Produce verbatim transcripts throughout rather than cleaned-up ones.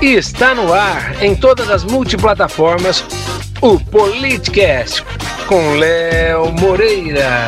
E está no ar, em todas as multiplataformas, o Politicast, com Léo Moreira.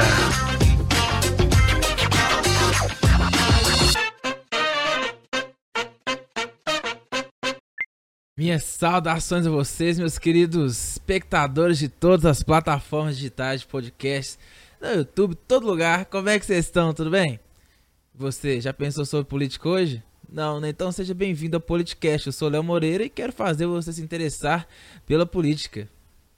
Minhas saudações a vocês, meus queridos espectadores de todas as plataformas digitais de podcast, no YouTube, todo lugar. Como é que vocês estão? Tudo bem? Você já pensou sobre política hoje? Não, né? Então seja bem-vindo ao Politicast. Eu sou Léo Moreira e quero fazer você se interessar pela política.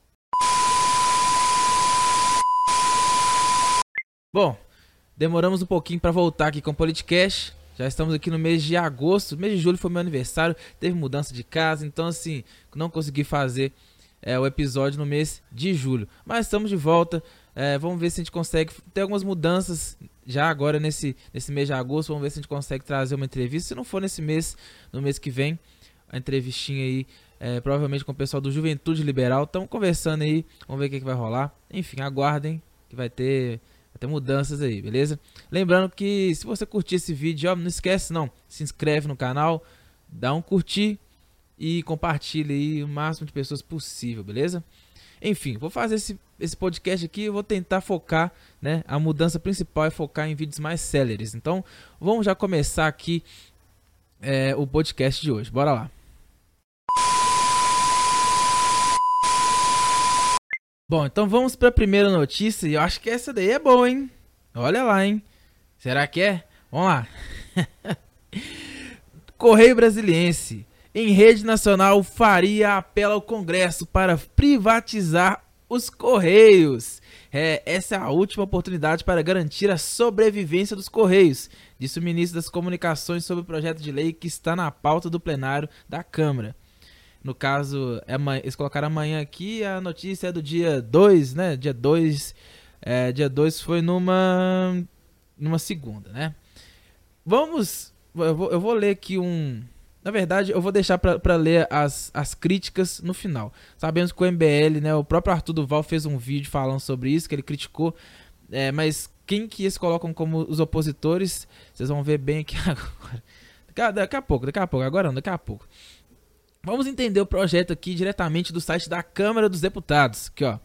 Bom, demoramos um pouquinho para voltar aqui com o Politicast. Já estamos aqui no mês de agosto. Mês de julho foi meu aniversário, teve mudança de casa, então assim, não consegui fazer é, o episódio no mês de julho. Mas estamos de volta, é, vamos ver se a gente consegue ter algumas mudanças já agora nesse, nesse mês de agosto. Vamos ver se a gente consegue trazer uma entrevista. Se não for nesse mês, no mês que vem, a entrevistinha aí, é, provavelmente com o pessoal do Juventude Liberal. Estamos conversando aí, vamos ver o que, que vai rolar. Enfim, aguardem que vai ter... Vai ter mudanças aí, beleza? Lembrando que se você curtir esse vídeo, ó, não esquece não, se inscreve no canal, dá um curtir e compartilha aí o máximo de pessoas possível, beleza? Enfim, vou fazer esse, esse podcast aqui, eu vou tentar focar, né? A mudança principal é focar em vídeos mais céleres. Então, vamos já começar aqui é, o podcast de hoje, bora lá. Bom, então vamos para a primeira notícia, e eu acho que essa daí é boa, hein? Olha lá, hein? Será que é? Vamos lá. Correio Brasiliense. Em rede nacional, Faria apela ao Congresso para privatizar os Correios. É, essa é a última oportunidade para garantir a sobrevivência dos Correios, disse o ministro das Comunicações sobre o projeto de lei que está na pauta do plenário da Câmara. No caso, é amanhã, eles colocaram amanhã aqui, a notícia é do dia dois, né? Dia dois, é, dia dois foi numa, numa segunda, né? Vamos, eu vou, eu vou ler aqui um... Na verdade, eu vou deixar para ler as, as críticas no final. Sabemos que o M B L, né? O próprio Arthur Duval fez um vídeo falando sobre isso, que ele criticou, é, mas quem que eles colocam como os opositores, vocês vão ver bem aqui agora. Daqui, daqui a pouco, daqui a pouco, agora não, daqui a pouco. Vamos entender o projeto aqui diretamente do site da Câmara dos Deputados. Aqui, ó.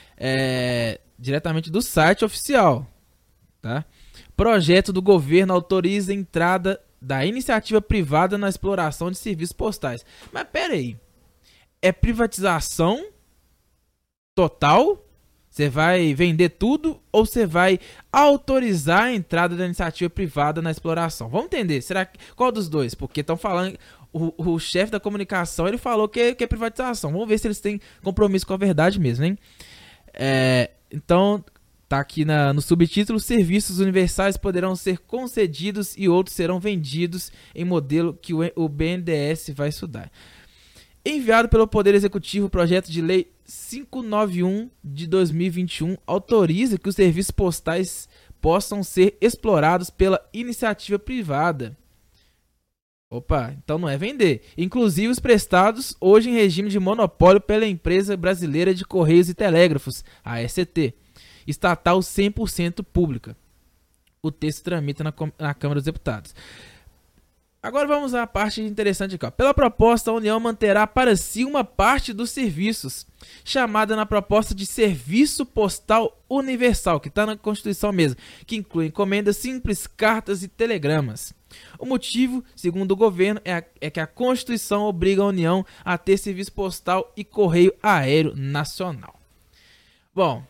É, diretamente do site oficial. Tá? Projeto do governo autoriza a entrada da iniciativa privada na exploração de serviços postais. Mas pera aí. É privatização total? Você vai vender tudo ou você vai autorizar a entrada da iniciativa privada na exploração? Vamos entender. Será que, qual dos dois? Porque estão falando... O, o chefe da comunicação, ele falou que é, que é privatização. Vamos ver se eles têm compromisso com a verdade mesmo, hein? É, então, tá aqui na, no subtítulo: serviços universais poderão ser concedidos e outros serão vendidos em modelo que o, o B N D E S vai estudar. Enviado pelo Poder Executivo, o projeto de lei quinhentos e noventa e um de dois mil e vinte e um autoriza que os serviços postais possam ser explorados pela iniciativa privada. Opa, então não é vender. Inclusive os prestados hoje em regime de monopólio pela empresa brasileira de Correios e Telégrafos, a A S T, estatal cem por cento pública. O texto tramita na, na Câmara dos Deputados. Agora vamos à parte interessante aqui. Ó. Pela proposta, a União manterá para si uma parte dos serviços, chamada na proposta de Serviço Postal Universal, que está na Constituição mesmo, que inclui encomendas simples, cartas e telegramas. O motivo, segundo o governo, é, a, é que a Constituição obriga a União a ter serviço postal e correio aéreo nacional. Bom,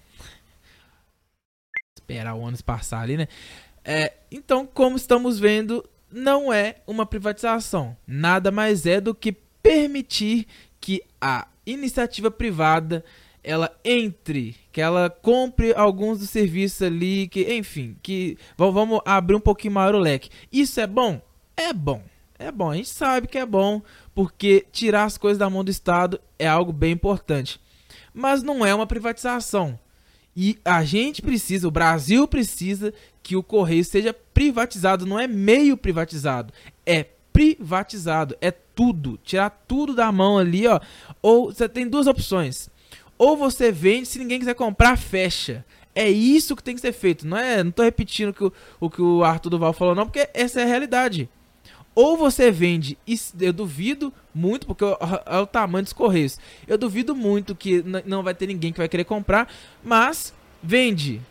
esperar o ônibus passar ali, né? É, então, como estamos vendo, não é uma privatização. Nada mais é do que permitir que a iniciativa privada ela entre, que ela compre alguns dos serviços ali, que, enfim, que vamos abrir um pouquinho maior o leque. Isso é bom? É bom. É bom, a gente sabe que é bom, porque tirar as coisas da mão do Estado é algo bem importante. Mas não é uma privatização. E a gente precisa, o Brasil precisa que o Correio seja privatizado, não é meio privatizado, é privatizado, é tudo, tirar tudo da mão ali, ó. Ou você tem duas opções. Ou você vende, se ninguém quiser comprar, fecha. É isso que tem que ser feito. Não é, não tô repetindo o que o, o que o Arthur Duval falou, não, porque essa é a realidade. Ou você vende, e eu duvido muito, porque é o tamanho dos Correios. Eu duvido muito que não vai ter ninguém que vai querer comprar, mas vende.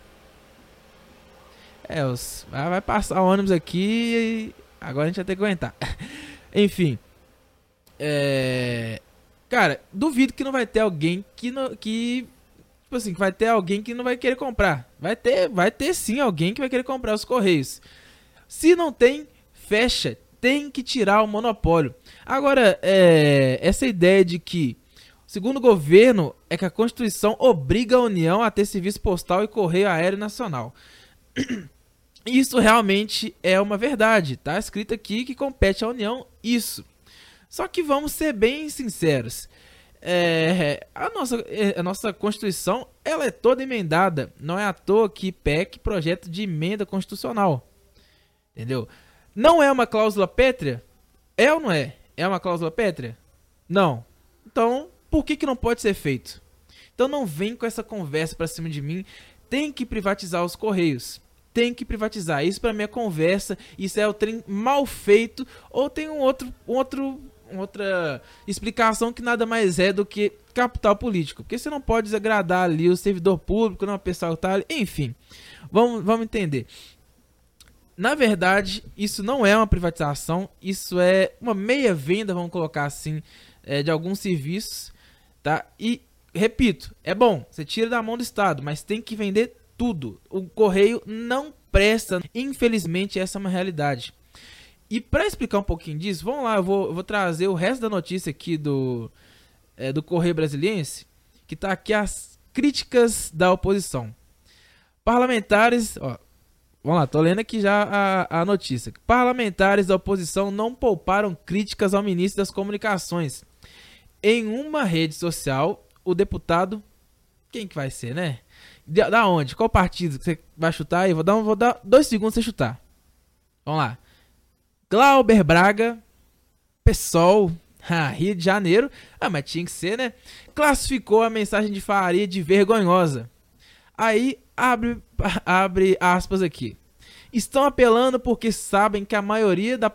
É, os, vai passar o ônibus aqui e agora a gente vai ter que aguentar. Enfim. É, cara, duvido que não vai ter alguém que, não, que... Tipo assim, que vai ter alguém que não vai querer comprar. Vai ter, vai ter sim alguém que vai querer comprar os Correios. Se não tem, fecha. Tem que tirar o monopólio. Agora, é, essa ideia de que, segundo o governo, é que a Constituição obriga a União a ter serviço postal e correio aéreo nacional. Isso realmente é uma verdade. Tá escrito aqui que compete à União isso. Só que vamos ser bem sinceros. É, a, nossa, a nossa Constituição ela é toda emendada. Não é à toa que P E C, projeto de emenda constitucional. Entendeu? Não é uma cláusula pétrea? É ou não é? É uma cláusula pétrea? Não. Então, por que que não pode ser feito? Então não vem com essa conversa pra cima de mim. Tem que privatizar os Correios. Tem que privatizar. Isso pra mim é conversa. Isso é o trem mal feito. Ou tem um outro, um outro, uma outra explicação que nada mais é do que capital político. Porque você não pode desagradar ali o servidor público, não, o pessoal que tá ali. Enfim, vamos, vamos entender. Na verdade, isso não é uma privatização, isso é uma meia venda, vamos colocar assim, é, de alguns serviços, tá? E, repito, é bom, você tira da mão do Estado, mas tem que vender tudo. O correio não presta, infelizmente essa é uma realidade. E para explicar um pouquinho disso, vamos lá, eu vou, eu vou trazer o resto da notícia aqui do, é, do Correio Brasiliense, que tá aqui as críticas da oposição. Parlamentares, ó, vamos lá, tô lendo aqui já a, a notícia. Parlamentares da oposição não pouparam críticas ao ministro das Comunicações. Em uma rede social, o deputado... Quem que vai ser, né? Da, da onde? Qual partido que você vai chutar aí? Vou dar, vou dar dois segundos pra você chutar. Vamos lá. Glauber Braga, PSOL, ah, Rio de Janeiro. Ah, mas tinha que ser, né? Classificou a mensagem de Faria de vergonhosa. Aí... Abre, abre aspas aqui. Estão apelando porque sabem que a maioria da...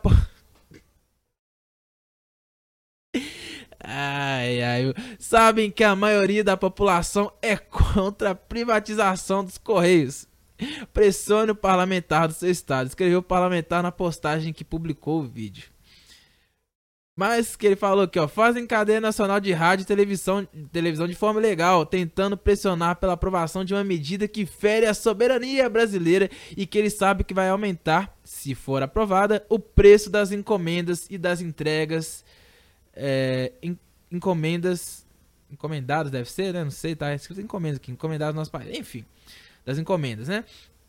Ai, ai. Sabem que a maioria da população é contra a privatização dos Correios. Pressione o parlamentar do seu estado. Escreveu o parlamentar na postagem que publicou o vídeo. Mas que ele falou aqui, ó, fazem cadeia nacional de rádio e televisão, televisão de forma ilegal, tentando pressionar pela aprovação de uma medida que fere a soberania brasileira e que ele sabe que vai aumentar, se for aprovada, o preço das encomendas e das entregas, é, en, encomendas, encomendadas deve ser, né? Não sei, tá escrito encomendas aqui, encomendadas no nosso país, enfim, das encomendas, né?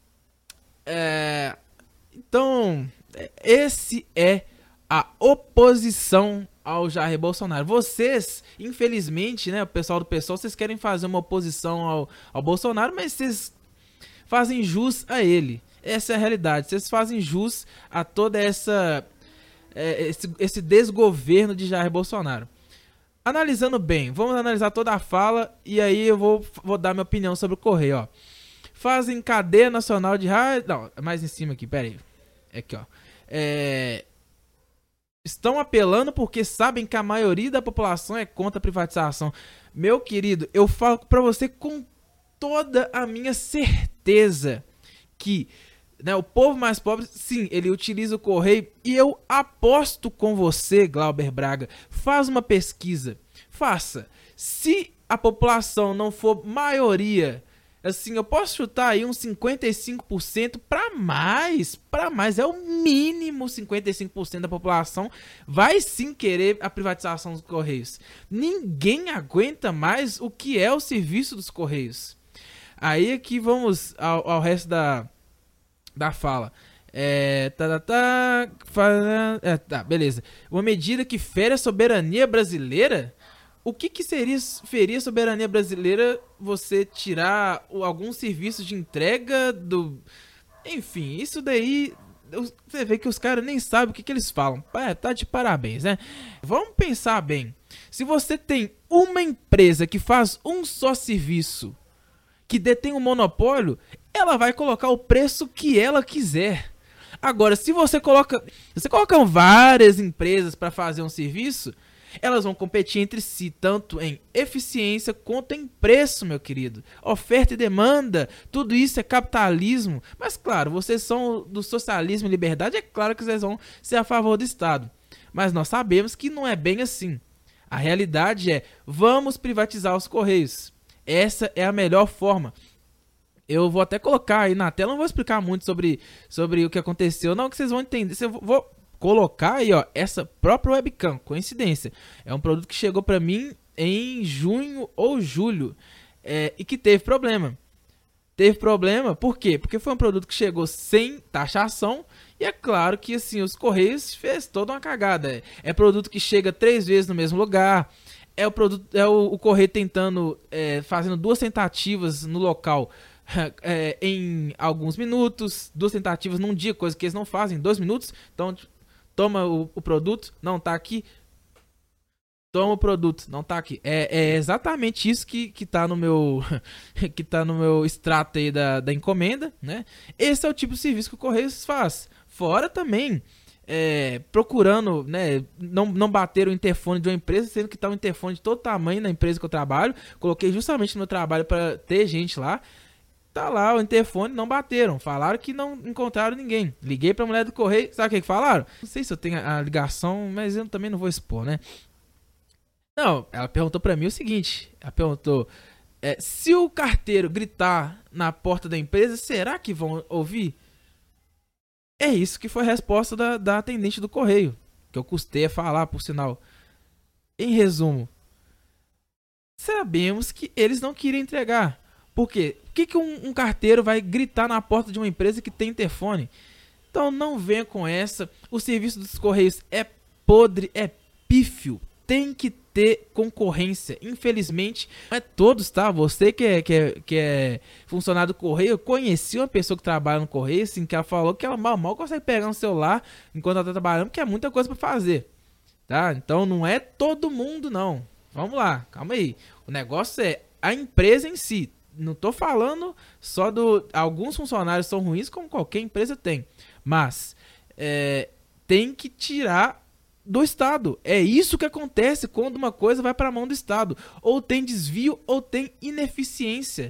É, então, esse é a oposição ao Jair Bolsonaro. Vocês, infelizmente, né, o pessoal do PSOL, vocês querem fazer uma oposição ao, ao Bolsonaro, mas vocês fazem jus a ele. Essa é a realidade. Vocês fazem jus a toda essa é, esse, esse desgoverno de Jair Bolsonaro. Analisando bem, vamos analisar toda a fala e aí eu vou, vou dar minha opinião sobre o Correio, ó. Fazem cadeia nacional de rádio... Não, é mais em cima aqui, pera aí. É aqui, ó. É... Estão apelando porque sabem que a maioria da população é contra a privatização. Meu querido, eu falo pra você com toda a minha certeza que, né, o povo mais pobre, sim, ele utiliza o correio. E eu aposto com você, Glauber Braga, faz uma pesquisa. Faça. Se a população não for maioria... Assim, eu posso chutar aí uns cinquenta e cinco por cento para mais, para mais, é o mínimo cinquenta e cinco por cento da população vai sim querer a privatização dos Correios. Ninguém aguenta mais o que é o serviço dos Correios. Aí aqui vamos ao, ao resto da, da fala. É, tá, tá, tá, é, tá, beleza. Uma medida que fere a soberania brasileira... O que, que seria ferir a soberania brasileira você tirar alguns serviços de entrega do... Enfim, isso daí... Você vê que os caras nem sabem o que, que eles falam. É, tá de parabéns, né? Vamos pensar bem. Se você tem uma empresa que faz um só serviço, que detém um monopólio, ela vai colocar o preço que ela quiser. Agora, se você coloca, se você coloca várias empresas para fazer um serviço, elas vão competir entre si, tanto em eficiência quanto em preço, meu querido. Oferta e demanda, tudo isso é capitalismo. Mas, claro, vocês são do socialismo e liberdade, é claro que vocês vão ser a favor do Estado. Mas nós sabemos que não é bem assim. A realidade é, vamos privatizar os Correios. Essa é a melhor forma. Eu vou até colocar aí na tela, não vou explicar muito sobre, sobre o que aconteceu, não, que vocês vão entender. Eu vou colocar aí, ó, essa própria webcam, coincidência. É um produto que chegou para mim em junho ou julho é, e que teve problema. Teve problema, por quê? Porque foi um produto que chegou sem taxação e é claro que assim, os Correios fez toda uma cagada. É, é produto que chega três vezes no mesmo lugar, é o, produto, é o, o Correio tentando, é, fazendo duas tentativas no local é, em alguns minutos, duas tentativas num dia, coisa que eles não fazem em dois minutos, então toma o, o produto, não tá aqui. Toma o produto, não tá aqui. É, é exatamente isso que, que tá no meu que tá no meu extrato aí da, da encomenda, né? Esse é o tipo de serviço que o Correios faz. Fora também, é, procurando, né, não, não bater o interfone de uma empresa, sendo que tá um interfone de todo tamanho na empresa que eu trabalho. Coloquei justamente no meu trabalho para ter gente lá. Tá lá o interfone, não bateram. Falaram que não encontraram ninguém. Liguei pra mulher do correio, sabe o que que falaram? Não sei se eu tenho a ligação, mas eu também não vou expor, né? Não, ela perguntou pra mim o seguinte. Ela perguntou, é, se o carteiro gritar na porta da empresa, será que vão ouvir? É isso que foi a resposta da, da atendente do correio. Que eu custei a falar, por sinal. Em resumo, sabemos que eles não queriam entregar. Por quê? Por que, que um, um carteiro vai gritar na porta de uma empresa que tem interfone? Então não venha com essa. O serviço dos Correios é podre, é pífio. Tem que ter concorrência. Infelizmente, não é todos, tá? Você que é, que é, que é funcionário do Correio, eu conheci uma pessoa que trabalha no Correio, assim, que ela falou que ela mal, mal consegue pegar um celular enquanto ela tá trabalhando, porque é muita coisa para fazer. Tá? Então não é todo mundo, não. Vamos lá, calma aí. O negócio é a empresa em si. Não tô falando só do... Alguns funcionários são ruins, como qualquer empresa tem. Mas é, tem que tirar do Estado. É isso que acontece quando uma coisa vai para a mão do Estado. Ou tem desvio ou tem ineficiência.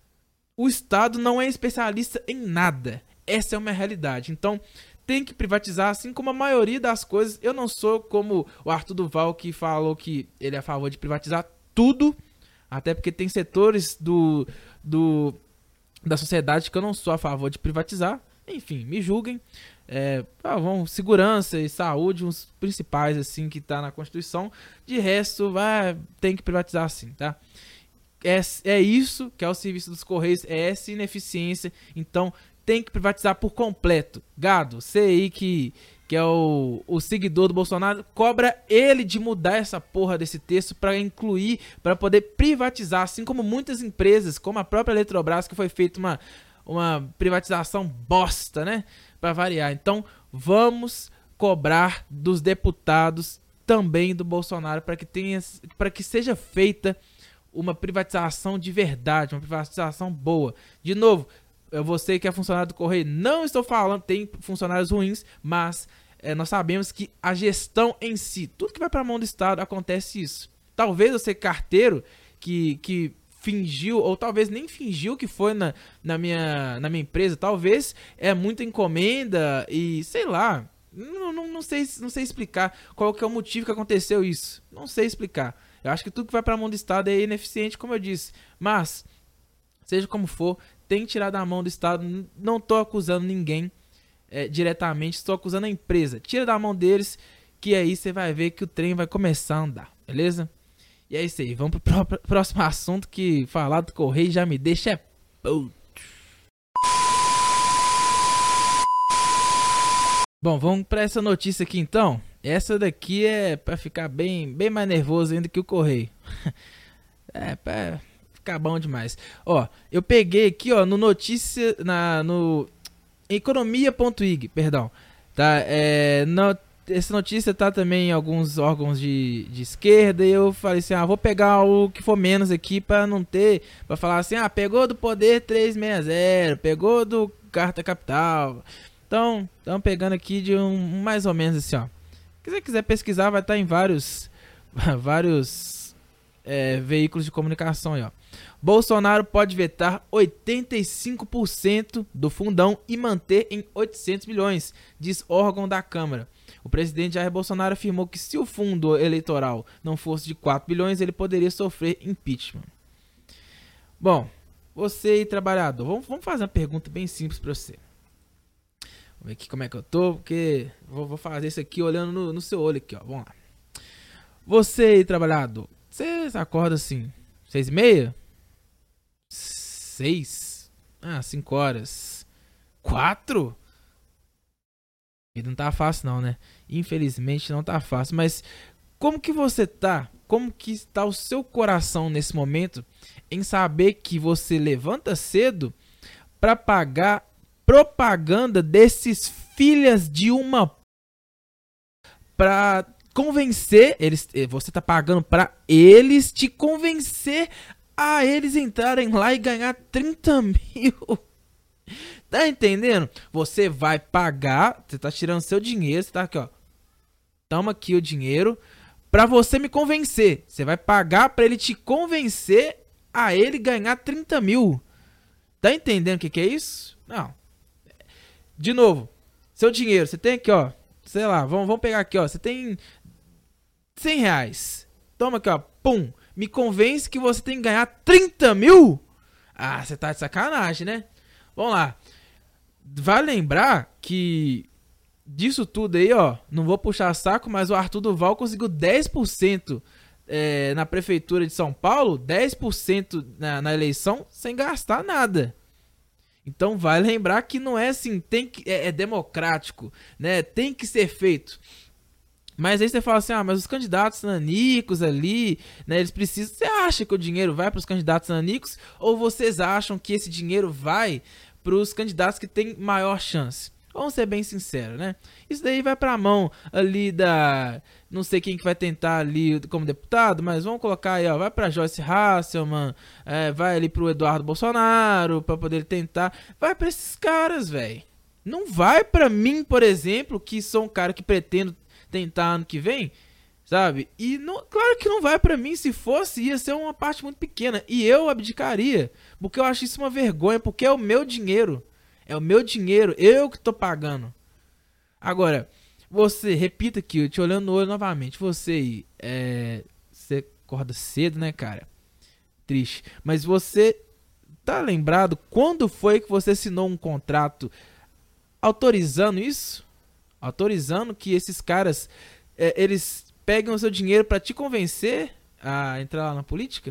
O Estado não é especialista em nada. Essa é uma realidade. Então tem que privatizar, assim como a maioria das coisas. Eu não sou como o Arthur Duval, que falou que ele é a favor de privatizar tudo. Até porque tem setores do, do, da sociedade que eu não sou a favor de privatizar. Enfim, me julguem. É, ah, vão, segurança e saúde, uns principais assim que tá na Constituição. De resto, vai, tem que privatizar sim, tá? É, é isso que é o serviço dos Correios, é essa ineficiência. Então, tem que privatizar por completo. Gado, você aí que... que é o, o seguidor do Bolsonaro, cobra ele de mudar essa porra desse texto para incluir, para poder privatizar, assim como muitas empresas, como a própria Eletrobras, que foi feita uma, uma privatização bosta, né? Para variar. Então, vamos cobrar dos deputados, também do Bolsonaro, para que tenha, para que seja feita uma privatização de verdade, uma privatização boa. De novo, você que é funcionário do Correio, não estou falando, tem funcionários ruins, mas é, nós sabemos que a gestão em si, tudo que vai para a mão do Estado, acontece isso. Talvez você carteiro que, que fingiu, ou talvez nem fingiu que foi na, na, minha, na minha empresa, talvez é muita encomenda e sei lá, não, não, não, sei, não sei explicar qual que é o motivo que aconteceu isso, não sei explicar. Eu acho que tudo que vai para a mão do Estado é ineficiente, como eu disse, mas seja como for, tem que tirar da mão do Estado. Não estou acusando ninguém é, diretamente, estou acusando a empresa. Tira da mão deles, que aí você vai ver que o trem vai começar a andar, beleza? E é isso aí, vamos pro pró- próximo assunto, que falar do Correio já me deixa é puto. Bom, vamos para essa notícia aqui então. Essa daqui é para ficar bem, bem mais nervoso ainda que o Correio. É, para ficar bom demais. Ó, eu peguei aqui, ó, no notícia, na, no economia ponto i g, perdão, tá? É, no, essa notícia tá também em alguns órgãos de, de esquerda e eu falei assim, ah, vou pegar o que for menos aqui para não ter, para falar assim, ah, pegou do Poder trezentos e sessenta, pegou do Carta Capital. Então, estamos pegando aqui de um mais ou menos assim, ó. Se você quiser pesquisar, vai estar em vários, vários é, veículos de comunicação aí, ó. Bolsonaro pode vetar oitenta e cinco por cento do fundão e manter em oitocentos milhões, diz órgão da Câmara. O presidente Jair Bolsonaro afirmou que se o fundo eleitoral não fosse de quatro bilhões, ele poderia sofrer impeachment. Bom, você aí, trabalhador, vamos, vamos fazer uma pergunta bem simples para você. Vamos ver aqui como é que eu tô, porque vou, vou fazer isso aqui olhando no, no seu olho aqui, ó. Vamos lá. Você aí, trabalhador, você acorda assim, seis e meia? Seis? Ah, cinco horas. Quatro? E não tá fácil não, né? Infelizmente não tá fácil, mas como que você tá? Como que está o seu coração nesse momento em saber que você levanta cedo para pagar propaganda desses filhas de uma para convencer eles, você tá pagando para eles te convencer a eles entrarem lá e ganhar trinta mil. Tá entendendo? Você vai pagar, você tá tirando seu dinheiro, você tá aqui, ó. Toma aqui o dinheiro pra você me convencer. Você vai pagar pra ele te convencer a ele ganhar trinta mil. Tá entendendo o que que é isso? Não. De novo, seu dinheiro, você tem aqui, ó. Sei lá, vamos, vamos pegar aqui, ó. Você tem cem reais. Toma aqui, ó. Pum. Me convence que você tem que ganhar trinta mil? Ah, você tá de sacanagem, né? Vamos lá. Vale lembrar que disso tudo aí, ó, não vou puxar saco, mas o Arthur Duval conseguiu dez por cento é, na prefeitura de São Paulo, dez por cento na, na eleição, sem gastar nada. Então vale lembrar que não é assim, tem que, é, é democrático, né? Tem que ser feito. Mas aí você fala assim, ah, mas os candidatos nanicos ali, né, eles precisam... Você acha que o dinheiro vai para os candidatos nanicos ou vocês acham que esse dinheiro vai para os candidatos que têm maior chance? Vamos ser bem sinceros, né? Isso daí vai para a mão ali da... Não sei quem que vai tentar ali como deputado, mas vamos colocar aí, ó, vai para Joyce Hasselman, é, vai ali para o Eduardo Bolsonaro, para poder tentar... Vai para esses caras, velho. Não vai para mim, por exemplo, que sou um cara que pretendo tentar ano que vem, sabe? E não, claro que não vai pra mim. Se fosse, ia ser uma parte muito pequena. E eu abdicaria, porque eu acho isso uma vergonha, porque é o meu dinheiro. É o meu dinheiro, eu que tô pagando. Agora, você, repita aqui, eu te olhando no olho novamente. Você aí, é, você acorda cedo, né, cara? Triste. Mas você tá lembrado quando foi que você assinou um contrato autorizando isso? Autorizando que esses caras, é, eles peguem o seu dinheiro para te convencer a entrar lá na política?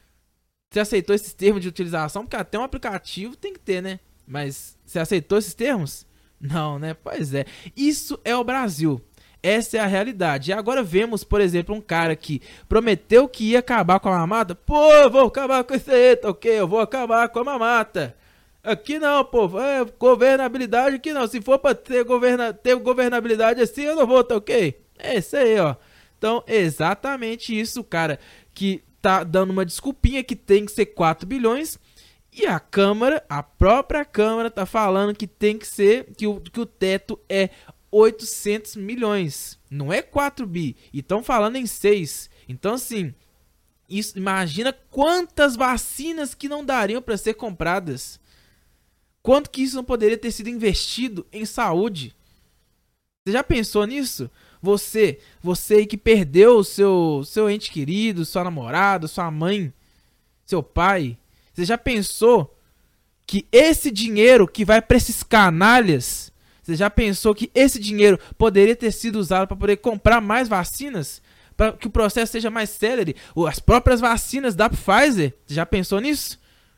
Você aceitou esses termos de utilização? Porque até um aplicativo tem que ter, né? Mas você aceitou esses termos? Não, né? Pois é. Isso é o Brasil. Essa é a realidade. E agora vemos, por exemplo, um cara que prometeu que ia acabar com a mamata. Pô, vou acabar com isso aí, tá ok? Eu vou acabar com a mamata. Aqui não, pô, é, governabilidade aqui não. Se for pra ter, governa, ter governabilidade assim, eu não vou, tá ok? É isso aí, ó. Então, exatamente isso, cara, que tá dando uma desculpinha que tem que ser quatro bilhões. E a Câmara, a própria Câmara tá falando que tem que ser, que o, que o teto é oitocentos milhões. Não é quatro bi. E estão falando em seis. Então, assim, isso, imagina quantas vacinas que não dariam para ser compradas. Quanto que isso não poderia ter sido investido em saúde? Você já pensou nisso? Você, você aí que perdeu o seu, seu ente querido, sua namorada, sua mãe, seu pai. Você já pensou que esse dinheiro que vai para esses canalhas, você já pensou que esse dinheiro poderia ter sido usado para poder comprar mais vacinas? Para que o processo seja mais célere? As próprias vacinas da Pfizer, você já pensou nisso?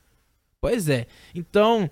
Pois é. Então...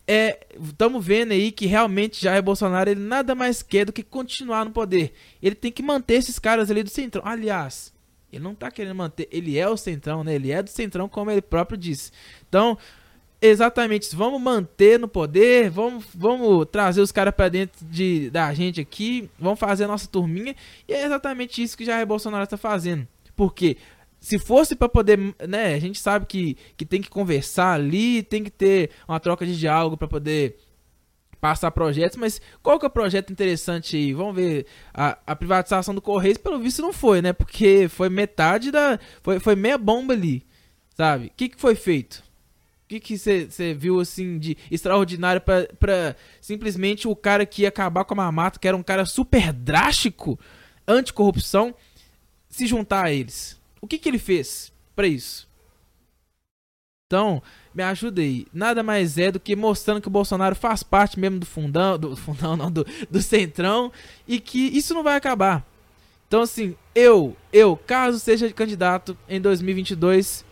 estamos é, vendo aí que realmente Jair Bolsonaro ele nada mais quer do que continuar no poder. Ele tem que manter esses caras ali do Centrão. Aliás, ele não tá querendo manter, ele é o Centrão, né? Ele é do Centrão, como ele próprio disse. Então, exatamente isso. Vamos manter no poder, vamos, vamos trazer os caras pra dentro de, da gente aqui, vamos fazer a nossa turminha. E é exatamente isso que Jair Bolsonaro está fazendo. Por quê? Se fosse para poder, né, a gente sabe que, que tem que conversar ali, tem que ter uma troca de diálogo para poder passar projetos, mas qual que é o projeto interessante aí? Vamos ver, a, a privatização do Correios, pelo visto, não foi, né? Porque foi metade da... Foi, foi meia bomba ali, sabe? O que, que foi feito? O que que você viu, assim, de extraordinário pra, pra simplesmente o cara que ia acabar com a mamata, que era um cara super drástico, anticorrupção, se juntar a eles? O que que ele fez pra isso? Então, me ajuda aí. Nada mais é do que mostrando que o Bolsonaro faz parte mesmo do fundão, do fundão não, do, do centrão, e que isso não vai acabar. Então, assim, eu, eu, caso seja candidato em dois mil e vinte e dois,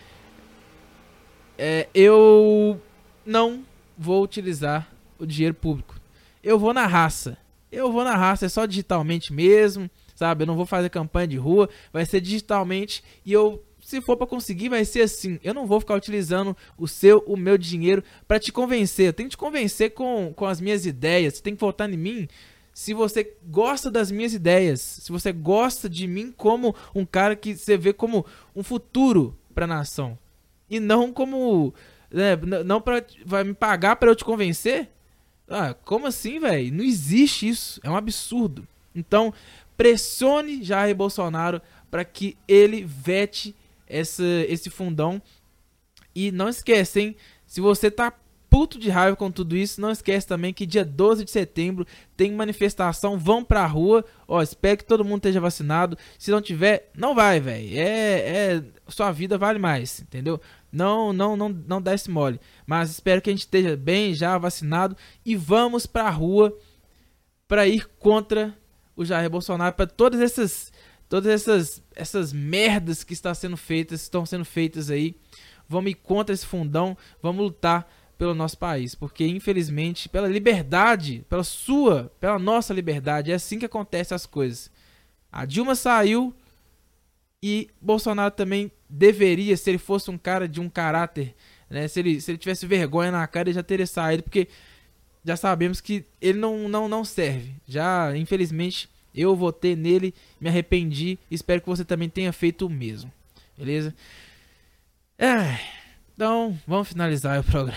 é, eu não vou utilizar o dinheiro público. Eu vou na raça. Eu vou na raça, é só digitalmente mesmo, sabe? Eu não vou fazer campanha de rua, vai ser digitalmente, e eu... Se for pra conseguir, vai ser assim. Eu não vou ficar utilizando o seu, o meu dinheiro pra te convencer. Eu tenho que te convencer com, com as minhas ideias. Você tem que votar em mim se você gosta das minhas ideias. Se você gosta de mim como um cara que você vê como um futuro pra nação. E não como... Né, não pra... Vai me pagar pra eu te convencer? Ah, como assim, velho? Não existe isso. É um absurdo. Então, pressione Jair Bolsonaro pra que ele vete Essa, esse fundão. E não esquece, hein? Se você tá puto de raiva com tudo isso, não esquece também que dia doze de setembro tem manifestação. Vão pra rua. Ó, espero que todo mundo esteja vacinado. Se não tiver, não vai, velho. É, é, sua vida vale mais, entendeu? Não, não, não, não dá esse mole. Mas espero que a gente esteja bem já vacinado. E vamos pra rua pra ir contra o Jair Bolsonaro. Pra todas essas... Todas essas, essas merdas que estão sendo feitas, estão sendo feitas aí. Vamos ir contra esse fundão, vamos lutar pelo nosso país. Porque, infelizmente, pela liberdade, pela sua, pela nossa liberdade, é assim que acontecem as coisas. A Dilma saiu e Bolsonaro também deveria, se ele fosse um cara de um caráter, né, se ele, se ele tivesse vergonha na cara, ele já teria saído, porque já sabemos que ele não, não, não serve. Já, infelizmente... Eu votei nele, me arrependi. Espero que você também tenha feito o mesmo. Beleza? É, então, vamos finalizar o programa.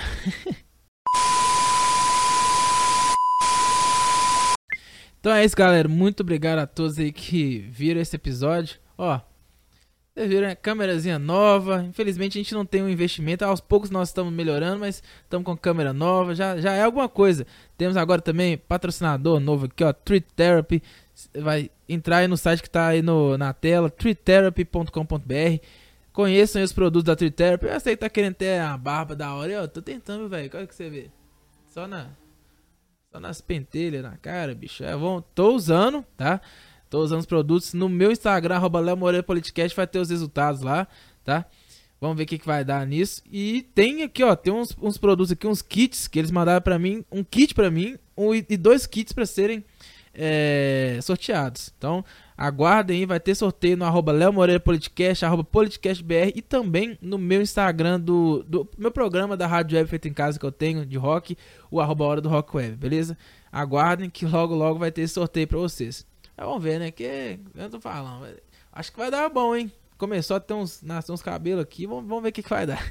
Então é isso, galera. Muito obrigado a todos aí que viram esse episódio. Ó, vocês viram, né? Câmerazinha nova. Infelizmente a gente não tem um investimento. Aos poucos nós estamos melhorando, mas estamos com câmera nova. Já, já é alguma coisa. Temos agora também patrocinador novo aqui, ó, Tree Therapy. Vai entrar aí no site que tá aí no, na tela, tree therapy ponto com ponto b r. Conheçam aí os produtos da Tree Therapy. Eu sei que tá querendo ter a barba da hora. Eu tô tentando, velho. Olha que você vê. Só na só nas pentelhas na cara, bicho. É bom. Tô usando, tá? Tô usando os produtos no meu Instagram, arroba Léo Moreira Politicast, vai ter os resultados lá, tá? Vamos ver o que, que vai dar nisso. E tem aqui, ó, tem uns, uns produtos aqui, uns kits que eles mandaram pra mim. Um kit pra mim um, e dois kits pra serem É, sorteados. Então aguardem aí, vai ter sorteio no arroba Léo Moreira Politicast, arroba PoliticastBR, e também no meu Instagram do, do meu programa da Rádio Web Feito em Casa que eu tenho de rock, o arroba Hora do Rock Web, beleza? Aguardem que logo logo vai ter esse sorteio pra vocês. Mas vamos ver, né? Que eu tô falando, acho que vai dar bom, hein? Começou a ter uns, nascer uns cabelos aqui, vamos, vamos ver o que, que vai dar.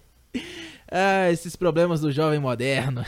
Ah, esses problemas do jovem moderno.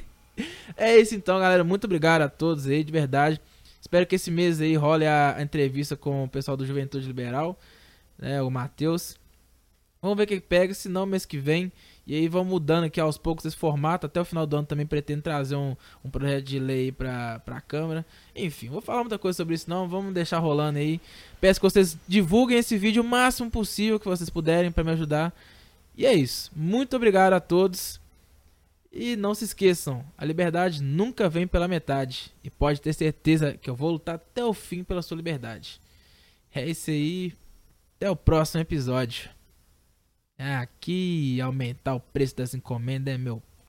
É isso então, galera. Muito obrigado a todos aí, de verdade. Espero que esse mês aí role a, a entrevista com o pessoal do Juventude Liberal, né, o Matheus. Vamos ver o que pega, se não mês que vem. E aí vamos mudando aqui aos poucos esse formato. Até o final do ano também pretendo trazer um, um projeto de lei pra, pra Câmara. Enfim, vou falar muita coisa sobre isso não. Vamos deixar rolando aí. Peço que vocês divulguem esse vídeo o máximo possível que vocês puderem pra me ajudar. E é isso. Muito obrigado a todos. E não se esqueçam, a liberdade nunca vem pela metade. E pode ter certeza que eu vou lutar até o fim pela sua liberdade. É isso aí. Até o próximo episódio. Aqui aumentar o preço das encomendas é meu